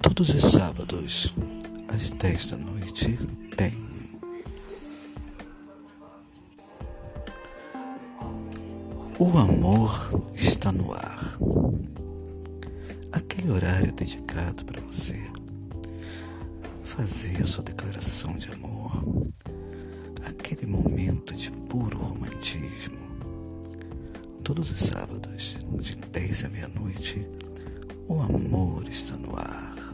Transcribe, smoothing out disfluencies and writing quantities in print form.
Todos os sábados, às 10 da noite, tem O Amor Está no Ar. Aquele horário dedicado para você fazer a sua declaração de amor. Aquele momento de puro romantismo. Todos os sábados, de 10 à meia-noite, o amor está no ar.